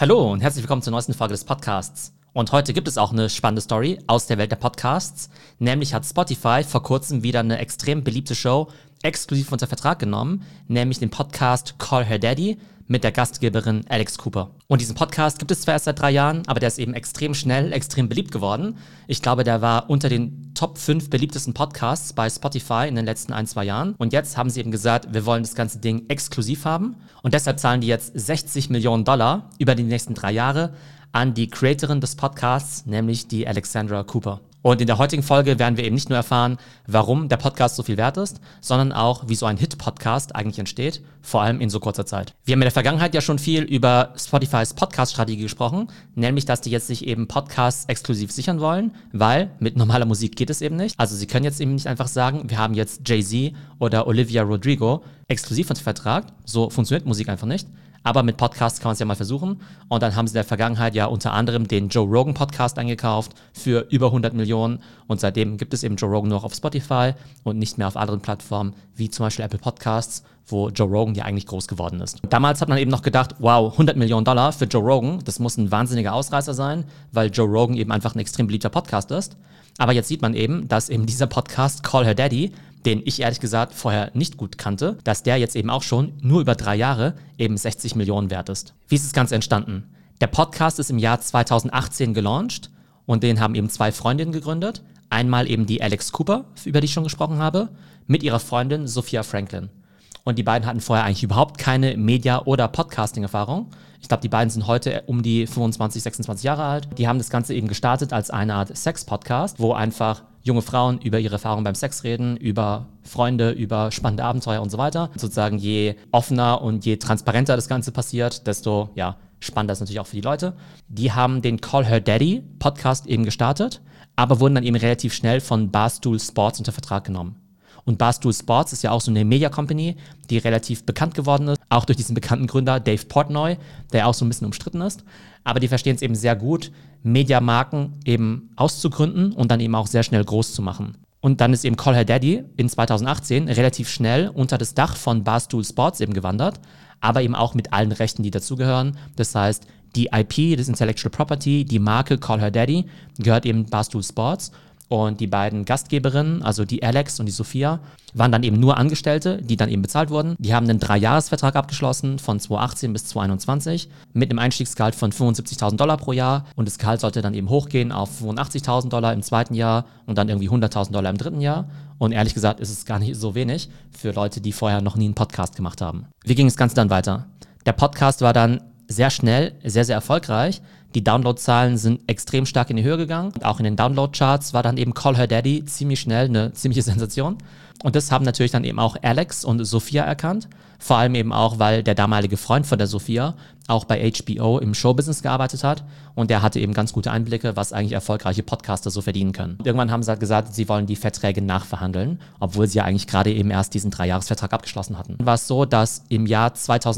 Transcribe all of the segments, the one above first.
Hallo und herzlich willkommen zur neuesten Folge des Podcasts. Und heute gibt es auch eine spannende Story aus der Welt der Podcasts. Nämlich hat Spotify vor kurzem wieder eine extrem beliebte Show exklusiv unter Vertrag genommen, nämlich den Podcast Call Her Daddy mit der Gastgeberin Alex Cooper. Und diesen Podcast gibt es zwar erst seit 3 Jahren, aber der ist eben extrem schnell, extrem beliebt geworden. Ich glaube, der war unter den Top 5 beliebtesten Podcasts bei Spotify in den letzten 1-2 Jahren. Und jetzt haben sie eben gesagt, wir wollen das ganze Ding exklusiv haben. Und deshalb zahlen die jetzt $60 Millionen über die nächsten 3 Jahre an die Creatorin des Podcasts, nämlich die Alexandra Cooper. Und in der heutigen Folge werden wir eben nicht nur erfahren, warum der Podcast so viel wert ist, sondern auch, wie so ein Hit-Podcast eigentlich entsteht, vor allem in so kurzer Zeit. Wir haben in der Vergangenheit ja schon viel über Spotifys Podcast-Strategie gesprochen, nämlich, dass die jetzt sich eben Podcasts exklusiv sichern wollen, weil mit normaler Musik geht es eben nicht. Also sie können jetzt eben nicht einfach sagen, wir haben jetzt Jay-Z oder Olivia Rodrigo exklusiv unter Vertrag. So funktioniert Musik einfach nicht. Aber mit Podcasts kann man es ja mal versuchen. Und dann haben sie in der Vergangenheit ja unter anderem den Joe Rogan Podcast eingekauft für über 100 Millionen. Und seitdem gibt es eben Joe Rogan nur noch auf Spotify und nicht mehr auf anderen Plattformen, wie zum Beispiel Apple Podcasts, wo Joe Rogan ja eigentlich groß geworden ist. Und damals hat man eben noch gedacht, wow, $100 Millionen für Joe Rogan, das muss ein wahnsinniger Ausreißer sein, weil Joe Rogan eben einfach ein extrem beliebter Podcast ist. Aber jetzt sieht man eben, dass eben dieser Podcast Call Her Daddy, den ich ehrlich gesagt vorher nicht gut kannte, dass der jetzt eben auch schon nur über 3 Jahre eben 60 Millionen wert ist. Wie ist das Ganze entstanden? Der Podcast ist im Jahr 2018 gelauncht und den haben eben 2 Freundinnen gegründet. Einmal eben die Alex Cooper, über die ich schon gesprochen habe, mit ihrer Freundin Sophia Franklin. Und die beiden hatten vorher eigentlich überhaupt keine Media- oder Podcasting-Erfahrung. Ich glaube, die beiden sind heute um die 25, 26 Jahre alt. Die haben das Ganze eben gestartet als eine Art Sex-Podcast, wo einfach junge Frauen über ihre Erfahrungen beim Sex reden, über Freunde, über spannende Abenteuer und so weiter. Sozusagen je offener und je transparenter das Ganze passiert, desto spannender ist natürlich auch für die Leute. Die haben den Call Her Daddy Podcast eben gestartet, aber wurden dann eben relativ schnell von Barstool Sports unter Vertrag genommen. Und Barstool Sports ist ja auch so eine Media-Company, die relativ bekannt geworden ist, auch durch diesen bekannten Gründer Dave Portnoy, der auch so ein bisschen umstritten ist. Aber die verstehen es eben sehr gut, Mediamarken eben auszugründen und dann eben auch sehr schnell groß zu machen. Und dann ist eben Call Her Daddy in 2018 relativ schnell unter das Dach von Barstool Sports eben gewandert, aber eben auch mit allen Rechten, die dazugehören. Das heißt, die IP, das Intellectual Property, die Marke Call Her Daddy gehört eben Barstool Sports. Und die beiden Gastgeberinnen, also die Alex und die Sophia, waren dann eben nur Angestellte, die dann eben bezahlt wurden. Die haben einen 3-Jahres-Vertrag abgeschlossen von 2018 bis 2021 mit einem Einstiegsgehalt von $75.000 pro Jahr. Und das Gehalt sollte dann eben hochgehen auf $85.000 im 2. Jahr und dann irgendwie $100.000 im 3. Jahr. Und ehrlich gesagt ist es gar nicht so wenig für Leute, die vorher noch nie einen Podcast gemacht haben. Wie ging das Ganze dann weiter? Der Podcast war dann sehr schnell, sehr, sehr erfolgreich. Die Downloadzahlen sind extrem stark in die Höhe gegangen. Und auch in den Download-Charts war dann eben Call Her Daddy ziemlich schnell eine ziemliche Sensation. Und das haben natürlich dann eben auch Alex und Sophia erkannt. Vor allem eben auch, weil der damalige Freund von der Sophia auch bei HBO im Showbusiness gearbeitet hat. Und der hatte eben ganz gute Einblicke, was eigentlich erfolgreiche Podcaster so verdienen können. Irgendwann haben sie halt gesagt, sie wollen die Verträge nachverhandeln, obwohl sie ja eigentlich gerade eben erst diesen 3-Jahres-Vertrag abgeschlossen hatten. War es so, dass im Jahr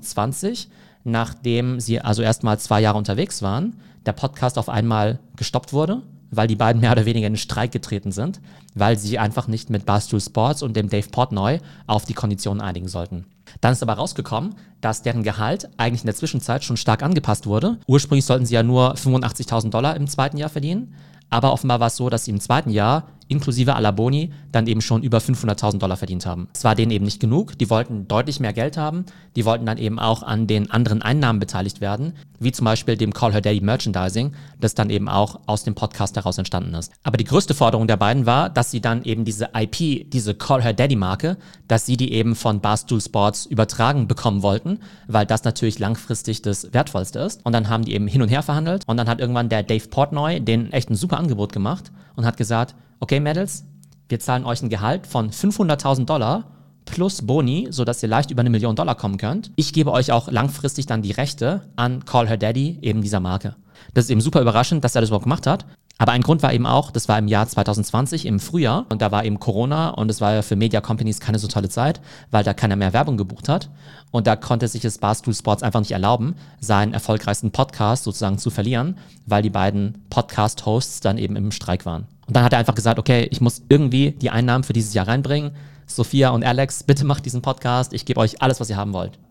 2020, nachdem sie also erstmal 2 Jahre unterwegs waren, der Podcast auf einmal gestoppt wurde, weil die beiden mehr oder weniger in den Streik getreten sind, weil sie einfach nicht mit Barstool Sports und dem Dave Portnoy auf die Konditionen einigen sollten. Dann ist aber rausgekommen, dass deren Gehalt eigentlich in der Zwischenzeit schon stark angepasst wurde. Ursprünglich sollten sie ja nur $85.000 im 2. Jahr verdienen, aber offenbar war es so, dass sie im 2. Jahr inklusive aller Boni dann eben schon über $500.000 verdient haben. Es war denen eben nicht genug, die wollten deutlich mehr Geld haben, die wollten dann eben auch an den anderen Einnahmen beteiligt werden, wie zum Beispiel dem Call Her Daddy Merchandising, das dann eben auch aus dem Podcast heraus entstanden ist. Aber die größte Forderung der beiden war, dass sie dann eben diese IP, diese Call Her Daddy Marke, dass sie die eben von Barstool Sports übertragen bekommen wollten, weil das natürlich langfristig das Wertvollste ist. Und dann haben die eben hin und her verhandelt und dann hat irgendwann der Dave Portnoy denen echt ein super Angebot gemacht und hat gesagt, okay, Mädels, wir zahlen euch ein Gehalt von $500.000 plus Boni, sodass ihr leicht über $1 Million kommen könnt. Ich gebe euch auch langfristig dann die Rechte an Call Her Daddy, eben dieser Marke. Das ist eben super überraschend, dass er das überhaupt gemacht hat. Aber ein Grund war eben auch, das war im Jahr 2020, im Frühjahr, und da war eben Corona und es war ja für Media Companies keine so tolle Zeit, weil da keiner mehr Werbung gebucht hat. Und da konnte sich das Barstool Sports einfach nicht erlauben, seinen erfolgreichsten Podcast sozusagen zu verlieren, weil die beiden Podcast-Hosts dann eben im Streik waren. Und dann hat er einfach gesagt, okay, ich muss irgendwie die Einnahmen für dieses Jahr reinbringen. Sophia und Alex, bitte macht diesen Podcast, ich gebe euch alles, was ihr haben wollt.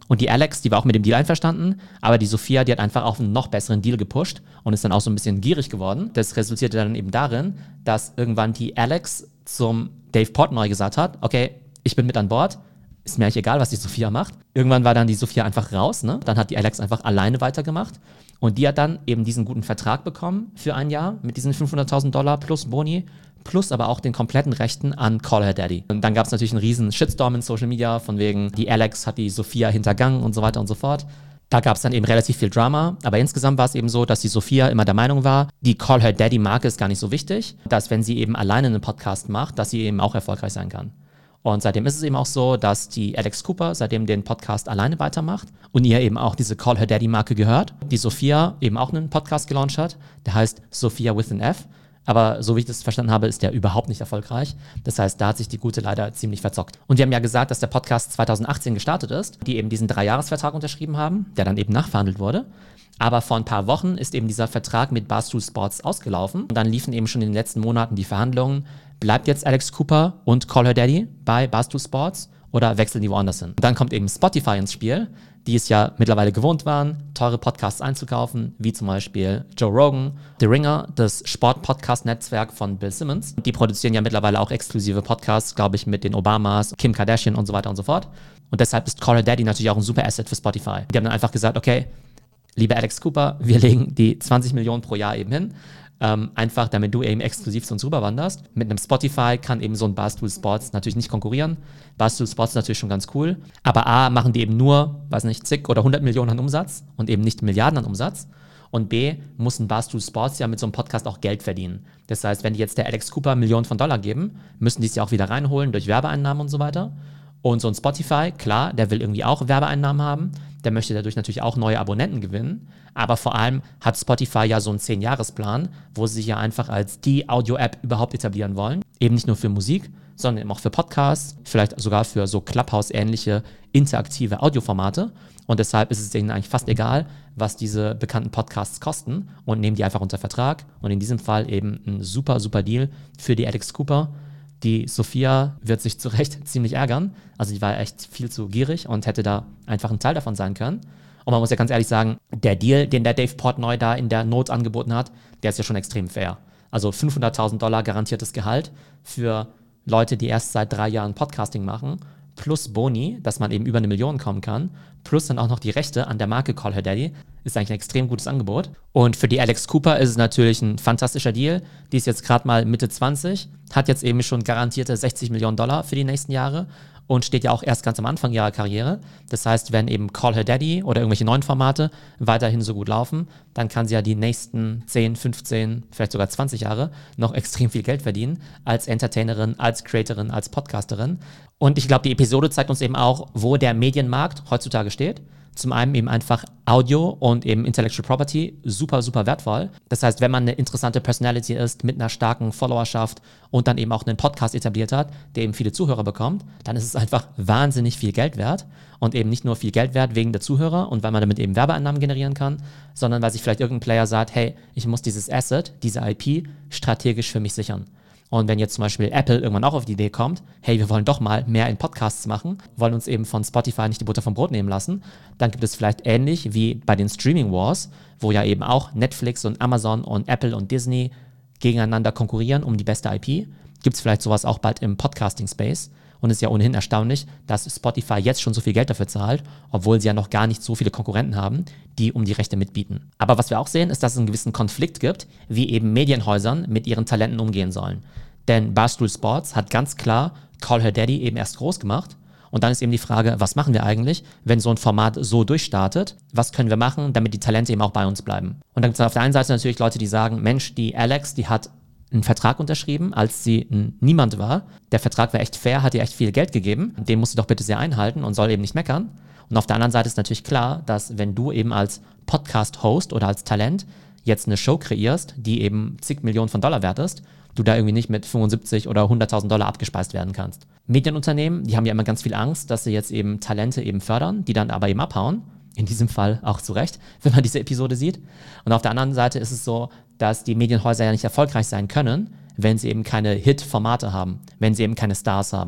Und die Alex, die war auch mit dem Deal einverstanden, aber die Sophia, die hat einfach auf einen noch besseren Deal gepusht und ist dann auch so ein bisschen gierig geworden. Das resultierte dann eben darin, dass irgendwann die Alex zum Dave Portnoy gesagt hat, okay, ich bin mit an Bord, ist mir eigentlich egal, was die Sophia macht. Irgendwann war dann die Sophia einfach raus, ne? Dann hat die Alex einfach alleine weitergemacht und die hat dann eben diesen guten Vertrag bekommen für ein Jahr mit diesen $500.000 plus Boni, plus aber auch den kompletten Rechten an Call Her Daddy. Und dann gab es natürlich einen riesen Shitstorm in Social Media, von wegen, die Alex hat die Sophia hintergangen und so weiter und so fort. Da gab es dann eben relativ viel Drama, aber insgesamt war es eben so, dass die Sophia immer der Meinung war, die Call Her Daddy Marke ist gar nicht so wichtig, dass wenn sie eben alleine einen Podcast macht, dass sie eben auch erfolgreich sein kann. Und seitdem ist es eben auch so, dass die Alex Cooper seitdem den Podcast alleine weitermacht und ihr eben auch diese Call Her Daddy Marke gehört. Die Sophia eben auch einen Podcast gelauncht hat, der heißt Sophia with an F. Aber so wie ich das verstanden habe, ist der überhaupt nicht erfolgreich. Das heißt, da hat sich die Gute leider ziemlich verzockt. Und wir haben ja gesagt, dass der Podcast 2018 gestartet ist, die eben diesen 3-Jahres-Vertrag unterschrieben haben, der dann eben nachverhandelt wurde. Aber vor ein paar Wochen ist eben dieser Vertrag mit Barstool Sports ausgelaufen. Und dann liefen eben schon in den letzten Monaten die Verhandlungen. Bleibt jetzt Alex Cooper und Call Her Daddy bei Barstool Sports oder wechseln die woanders hin? Und dann kommt eben Spotify ins Spiel, die es ja mittlerweile gewohnt waren, teure Podcasts einzukaufen, wie zum Beispiel Joe Rogan, The Ringer, das Sport-Podcast-Netzwerk von Bill Simmons. Die produzieren ja mittlerweile auch exklusive Podcasts, glaube ich, mit den Obamas, Kim Kardashian und so weiter und so fort. Und deshalb ist Call Her Daddy natürlich auch ein super Asset für Spotify. Die haben dann einfach gesagt, okay, lieber Alex Cooper, wir legen die 20 Millionen pro Jahr eben hin. Einfach, damit du eben exklusiv zu uns rüberwanderst. Mit einem Spotify kann eben so ein Barstool Sports natürlich nicht konkurrieren. Barstool Sports ist natürlich schon ganz cool. Aber A, machen die eben nur, weiß nicht, zig oder 100 Millionen an Umsatz und eben nicht Milliarden an Umsatz. Und B, muss ein Barstool Sports ja mit so einem Podcast auch Geld verdienen. Das heißt, wenn die jetzt der Alex Cooper Millionen von Dollar geben, müssen die es ja auch wieder reinholen durch Werbeeinnahmen und so weiter. Und so ein Spotify, klar, der will irgendwie auch Werbeeinnahmen haben. Der möchte dadurch natürlich auch neue Abonnenten gewinnen. Aber vor allem hat Spotify ja so einen 10-Jahres-Plan, wo sie sich ja einfach als die Audio-App überhaupt etablieren wollen. Eben nicht nur für Musik, sondern eben auch für Podcasts, vielleicht sogar für so Clubhouse-ähnliche interaktive Audioformate. Und deshalb ist es denen eigentlich fast egal, was diese bekannten Podcasts kosten und nehmen die einfach unter Vertrag. Und in diesem Fall eben ein super, super Deal für die Alex Cooper. Die Sophia wird sich zu Recht ziemlich ärgern. Also die war echt viel zu gierig und hätte da einfach ein Teil davon sein können. Und man muss ja ganz ehrlich sagen, der Deal, den der Dave Portnoy da in der Not angeboten hat, der ist ja schon extrem fair. Also $500.000 garantiertes Gehalt für Leute, die erst seit 3 Jahren Podcasting machen, plus Boni, dass man eben über 1 Million kommen kann, plus dann auch noch die Rechte an der Marke Call Her Daddy, ist eigentlich ein extrem gutes Angebot. Und für die Alex Cooper ist es natürlich ein fantastischer Deal. Die ist jetzt gerade mal Mitte 20, hat jetzt eben schon garantierte $60 Millionen für die nächsten Jahre und steht ja auch erst ganz am Anfang ihrer Karriere. Das heißt, wenn eben Call Her Daddy oder irgendwelche neuen Formate weiterhin so gut laufen, dann kann sie ja die nächsten 10, 15, vielleicht sogar 20 Jahre noch extrem viel Geld verdienen als Entertainerin, als Creatorin, als Podcasterin. Und ich glaube, die Episode zeigt uns eben auch, wo der Medienmarkt heutzutage steht. Zum einen eben einfach Audio und eben Intellectual Property, super, super wertvoll. Das heißt, wenn man eine interessante Personality ist, mit einer starken Followerschaft und dann eben auch einen Podcast etabliert hat, der eben viele Zuhörer bekommt, dann ist es einfach wahnsinnig viel Geld wert. Und eben nicht nur viel Geld wert wegen der Zuhörer und weil man damit eben Werbeeinnahmen generieren kann, sondern weil sich vielleicht irgendein Player sagt, hey, ich muss dieses Asset, diese IP strategisch für mich sichern. Und wenn jetzt zum Beispiel Apple irgendwann auch auf die Idee kommt, hey, wir wollen doch mal mehr in Podcasts machen, wollen uns eben von Spotify nicht die Butter vom Brot nehmen lassen, dann gibt es vielleicht ähnlich wie bei den Streaming Wars, wo ja eben auch Netflix und Amazon und Apple und Disney gegeneinander konkurrieren um die beste IP, gibt es vielleicht sowas auch bald im Podcasting-Space. Und es ist ja ohnehin erstaunlich, dass Spotify jetzt schon so viel Geld dafür zahlt, obwohl sie ja noch gar nicht so viele Konkurrenten haben, die um die Rechte mitbieten. Aber was wir auch sehen, ist, dass es einen gewissen Konflikt gibt, wie eben Medienhäusern mit ihren Talenten umgehen sollen. Denn Barstool Sports hat ganz klar Call Her Daddy eben erst groß gemacht. Und dann ist eben die Frage, was machen wir eigentlich, wenn so ein Format so durchstartet? Was können wir machen, damit die Talente eben auch bei uns bleiben? Und dann gibt es auf der einen Seite natürlich Leute, die sagen, Mensch, die Alex, die hat einen Vertrag unterschrieben, als sie niemand war. Der Vertrag war echt fair, hat ihr echt viel Geld gegeben. Den musst du doch bitte sehr einhalten und soll eben nicht meckern. Und auf der anderen Seite ist natürlich klar, dass wenn du eben als Podcast-Host oder als Talent jetzt eine Show kreierst, die eben zig Millionen von Dollar wert ist, du da irgendwie nicht mit 75 oder 100.000 Dollar abgespeist werden kannst. Medienunternehmen, die haben ja immer ganz viel Angst, dass sie jetzt eben Talente eben fördern, die dann aber eben abhauen. In diesem Fall auch zu Recht, wenn man diese Episode sieht. Und auf der anderen Seite ist es so, dass die Medienhäuser ja nicht erfolgreich sein können, wenn sie eben keine Hit-Formate haben, wenn sie eben keine Stars haben.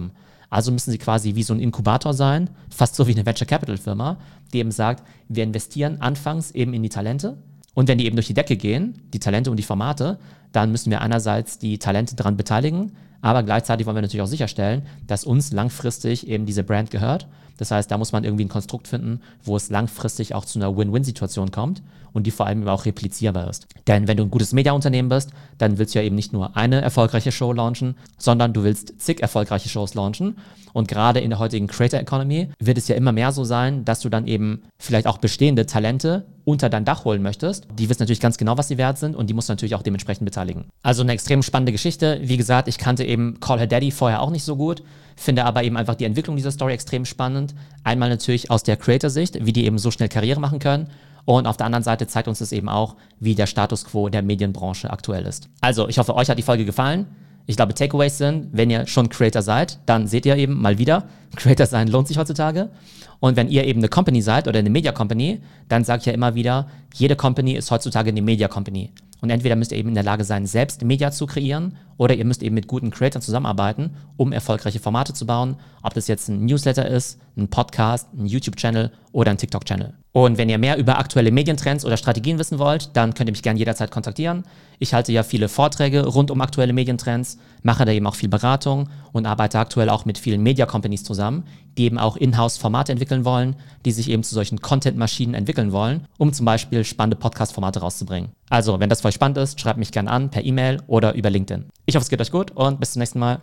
Also müssen sie quasi wie so ein Inkubator sein, fast so wie eine Venture Capital Firma, die eben sagt, wir investieren anfangs eben in die Talente. Und wenn die eben durch die Decke gehen, die Talente und die Formate, dann müssen wir einerseits die Talente daran beteiligen, aber gleichzeitig wollen wir natürlich auch sicherstellen, dass uns langfristig eben diese Brand gehört. Das heißt, da muss man irgendwie ein Konstrukt finden, wo es langfristig auch zu einer Win-Win-Situation kommt und die vor allem auch replizierbar ist. Denn wenn du ein gutes Mediaunternehmen bist, dann willst du ja eben nicht nur eine erfolgreiche Show launchen, sondern du willst zig erfolgreiche Shows launchen. Und gerade in der heutigen Creator Economy wird es ja immer mehr so sein, dass du dann eben vielleicht auch bestehende Talente unter dein Dach holen möchtest. Die wissen natürlich ganz genau, was sie wert sind und die musst du natürlich auch dementsprechend beteiligen. Also eine extrem spannende Geschichte. Wie gesagt, ich kannte eben Call Her Daddy vorher auch nicht so gut, finde aber eben einfach die Entwicklung dieser Story extrem spannend. Einmal natürlich aus der Creator-Sicht, wie die eben so schnell Karriere machen können. Und auf der anderen Seite zeigt uns das eben auch, wie der Status quo der Medienbranche aktuell ist. Also, ich hoffe, euch hat die Folge gefallen. Ich glaube, Takeaways sind, wenn ihr schon Creator seid, dann seht ihr eben mal wieder, Creator sein lohnt sich heutzutage. Und wenn ihr eben eine Company seid oder eine Media Company, dann sage ich ja immer wieder, jede Company ist heutzutage eine Media Company. Und entweder müsst ihr eben in der Lage sein, selbst Media zu kreieren, oder ihr müsst eben mit guten Creators zusammenarbeiten, um erfolgreiche Formate zu bauen. Ob das jetzt ein Newsletter ist, ein Podcast, ein YouTube-Channel oder ein TikTok-Channel. Und wenn ihr mehr über aktuelle Medientrends oder Strategien wissen wollt, dann könnt ihr mich gerne jederzeit kontaktieren. Ich halte ja viele Vorträge rund um aktuelle Medientrends, mache da eben auch viel Beratung und arbeite aktuell auch mit vielen Media-Companies zusammen, die eben auch In-house-Formate entwickeln wollen, die sich eben zu solchen Content-Maschinen entwickeln wollen, um zum Beispiel spannende Podcast-Formate rauszubringen. Also, wenn das für euch spannend ist, schreibt mich gerne an per E-Mail oder über LinkedIn. Ich hoffe, es geht euch gut und bis zum nächsten Mal.